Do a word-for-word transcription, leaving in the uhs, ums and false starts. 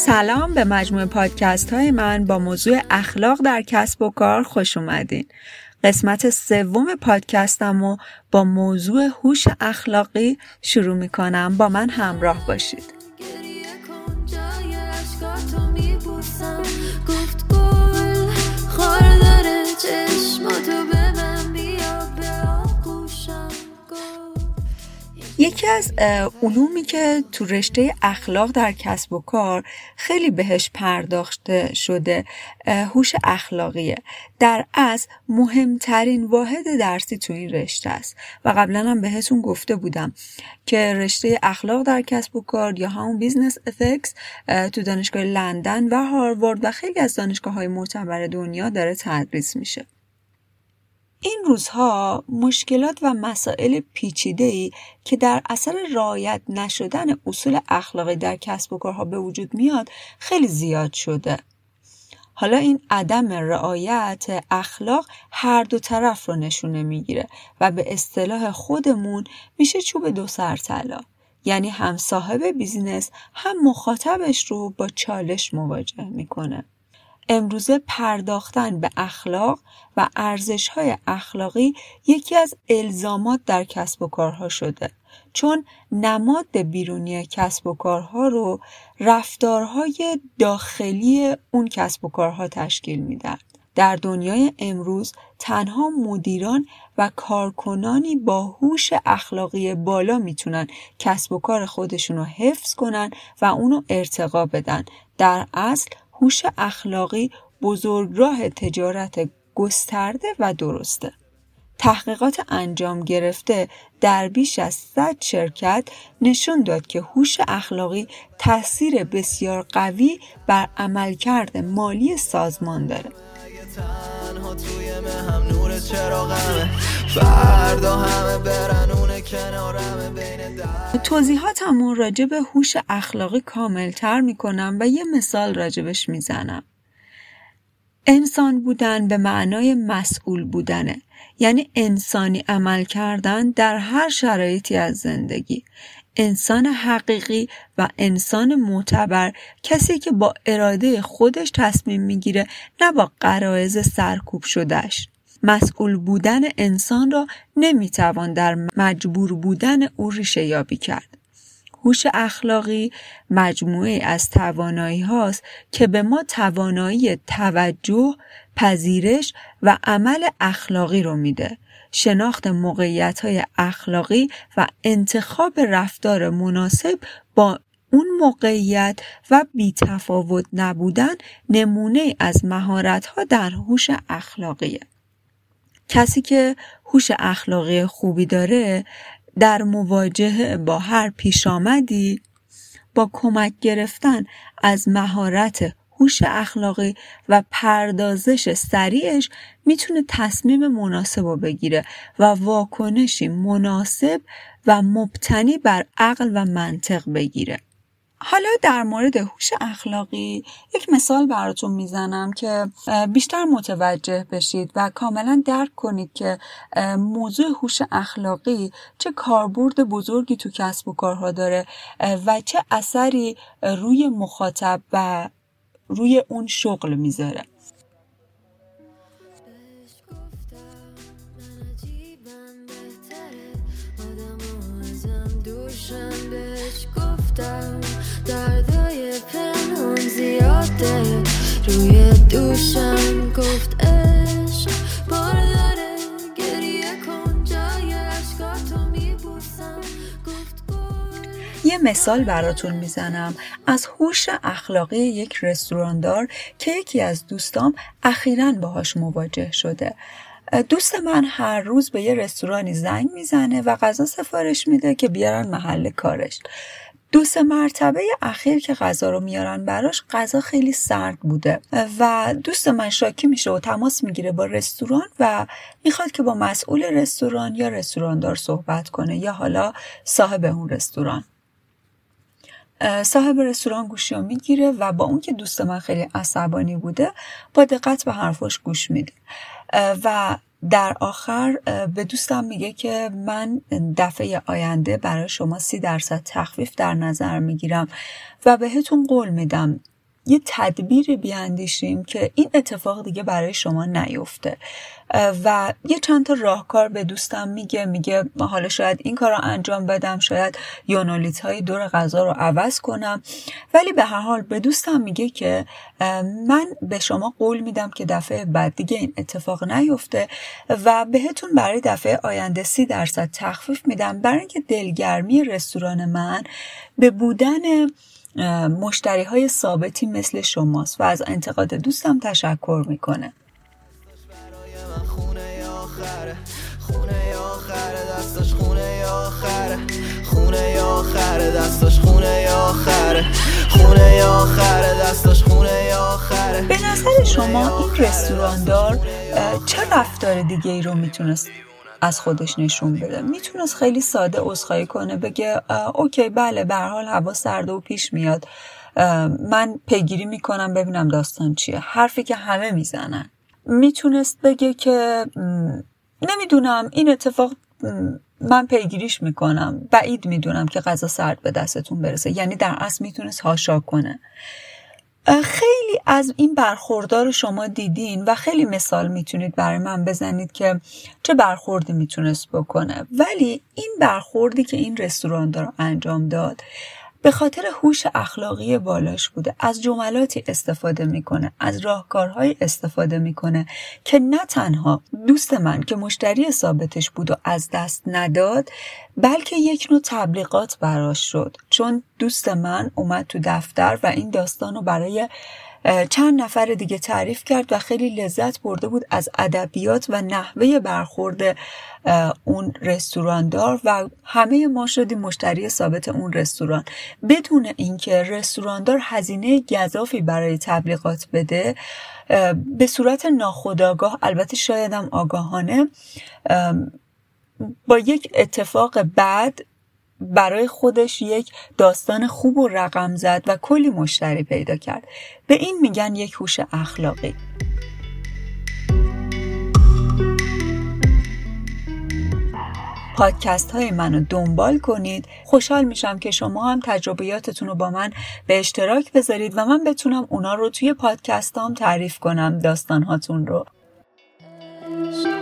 سلام، به مجموعه پادکست های من با موضوع اخلاق در کسب و کار خوش اومدین. قسمت سوم پادکستم رو با موضوع هوش اخلاقی شروع میکنم. با من همراه باشید. یکی از علومی که تو رشته اخلاق در کسب و کار خیلی بهش پرداخته شده هوش اخلاقیه. در اصل مهمترین واحد درسی تو این رشته است و قبلا هم بهتون گفته بودم که رشته اخلاق در کسب و کار یا همون بیزنس اتیکس تو دانشگاه لندن و هاروارد و خیلی از دانشگاه‌های معتبر دنیا داره تدریس میشه. این روزها مشکلات و مسائل پیچیده‌ای که در اثر رعایت نشدن اصول اخلاقی در کسب و کارها به وجود میاد خیلی زیاد شده. حالا این عدم رعایت اخلاق هر دو طرف رو نشونه میگیره و به اصطلاح خودمون میشه چوب دو سر طلا، یعنی هم صاحب بیزینس هم مخاطبش رو با چالش مواجه میکنه. امروزه پرداختن به اخلاق و ارزش‌های اخلاقی یکی از الزامات در کسب و کارها شده، چون نماد بیرونی کسب و کارها رو رفتارهای داخلی اون کسب و کارها تشکیل میدن. در دنیای امروز تنها مدیران و کارکنانی با هوش اخلاقی بالا میتونن کسب و کار خودشون رو حفظ کنن و اونو ارتقا بدن. در اصل هوش اخلاقی بزرگراه تجارت گسترده و درسته. تحقیقات انجام گرفته در بیش از صد شرکت نشون داد که هوش اخلاقی تأثیر بسیار قوی بر عملکرد مالی سازمان داره. توضیحاتمون راجع به هوش اخلاقی کاملتر میکنم و یه مثال راجبش میزنم. انسان بودن به معنای مسئول بودنه، یعنی انسانی عمل کردن در هر شرایطی از زندگی. انسان حقیقی و انسان معتبر کسی که با اراده خودش تصمیم میگیره، نه با غرایز سرکوب شدهش. مسئول بودن انسان را نمیتوان در مجبور بودن او ریشه یابی کرد. هوش اخلاقی مجموعه از توانایی هاست که به ما توانایی توجه، پذیرش و عمل اخلاقی رو میده. شناخت موقعیت‌های اخلاقی و انتخاب رفتار مناسب با اون موقعیت و بی‌تفاوت نبودن نمونه از مهارت‌ها در هوش اخلاقیه. کسی که هوش اخلاقی خوبی داره در مواجهه با هر پیشامدی با کمک گرفتن از مهارت هوش اخلاقی و پردازش سریعش میتونه تصمیم مناسب رو بگیره و واکنشی مناسب و مبتنی بر عقل و منطق بگیره. حالا در مورد هوش اخلاقی یک مثال براتون میزنم که بیشتر متوجه بشید و کاملا درک کنید که موضوع هوش اخلاقی چه کاربرد بزرگی تو کسب و کارها داره و چه اثری روی مخاطب و روی اون شغل میذاره. دردای پنهان زیاده روی دوشم، گفت عشق بار داره، گریه کن جای عشقاتو میبوسم، گفت گل. یه مثال براتون میزنم از هوش اخلاقی یک رستوراندار که یکی از دوستام اخیراً باهاش مواجه شده. دوست من هر روز به یه رستورانی زنگ میزنه و غذا سفارش میده که بیارن محل کارش. دو سه مرتبه اخیر که غذا رو میارن براش غذا خیلی سرد بوده و دوست من شاکی میشه و تماس میگیره با رستوران و میخواد که با مسئول رستوران یا رستوراندار صحبت کنه یا حالا صاحب اون رستوران. صاحب رستوران گوشی رو میگیره و با اون که دوست من خیلی عصبانی بوده با دقت به حرفاش گوش میده و در آخر به دوستم میگه که من دفعه آینده برای شما سی درصد تخفیف در نظر میگیرم و بهتون قول میدم یه تدبیری بیاندیشیم که این اتفاق دیگه برای شما نیفته. و یه چند تا راهکار به دوستم میگه میگه حالا شاید این کار رو انجام بدم، شاید یونولیت های دور غذا رو عوض کنم، ولی به هر حال به دوستم میگه که من به شما قول میدم که دفعه بعد دیگه این اتفاق نیفته و بهتون برای دفعه آینده سی درصد تخفیف میدم، برای اینکه دلگرمی رستوران من به بودن مشتری های ثابتی مثل شماست و از انتقاد دوستم تشکر میکنه. خونه آخره دستاش خونه آخره خونه آخره دستاش خونه آخره خونه آخره دستاش خونه آخره. به نظر شما این رستوراندار چه رفتار دیگه ای رو میتونست از خودش نشون بده؟ میتونست خیلی ساده عذرخواهی کنه، بگه اوکی بله به هر حال هوا سرده و پیش میاد، من پیگیری میکنم ببینم داستان چیه، حرفی که همه میزنن. میتونست بگه که نمیدونم این اتفاق من پیگیریش میکنم، بعید میدونم که غذا سرد به دستتون برسه، یعنی در اصل میتونست هاشا کنه. خیلی از این برخوردار شما دیدین و خیلی مثال میتونید برای من بزنید که چه برخوردی میتونست بکنه، ولی این برخوردی که این رستوراندار انجام داد به خاطر هوش اخلاقی بالاش بوده. از جملاتی استفاده میکنه، از راهکارهای استفاده میکنه که نه تنها دوست من که مشتری ثابتش بود و از دست نداد، بلکه یک نوع تبلیغات براش شد، چون دوست من اومد تو دفتر و این داستانو برای چند نفر دیگه تعریف کرد و خیلی لذت برده بود از ادبیات و نحوه برخورد اون رستوراندار و همه ما شدیم مشتری ثابت اون رستوران، بدون اینکه رستوراندار هزینه گزافی برای تبلیغات بده. به صورت ناخودآگاه، البته شاید هم آگاهانه، با یک اتفاق بد برای خودش یک داستان خوب و رقم زد و کلی مشتری پیدا کرد. به این میگن یک هوش اخلاقی. پادکست های منو دنبال کنید. خوشحال میشم که شما هم تجربیاتتون رو با من به اشتراک بذارید و من بتونم اونا رو توی پادکست هام تعریف کنم، داستان هاتون رو.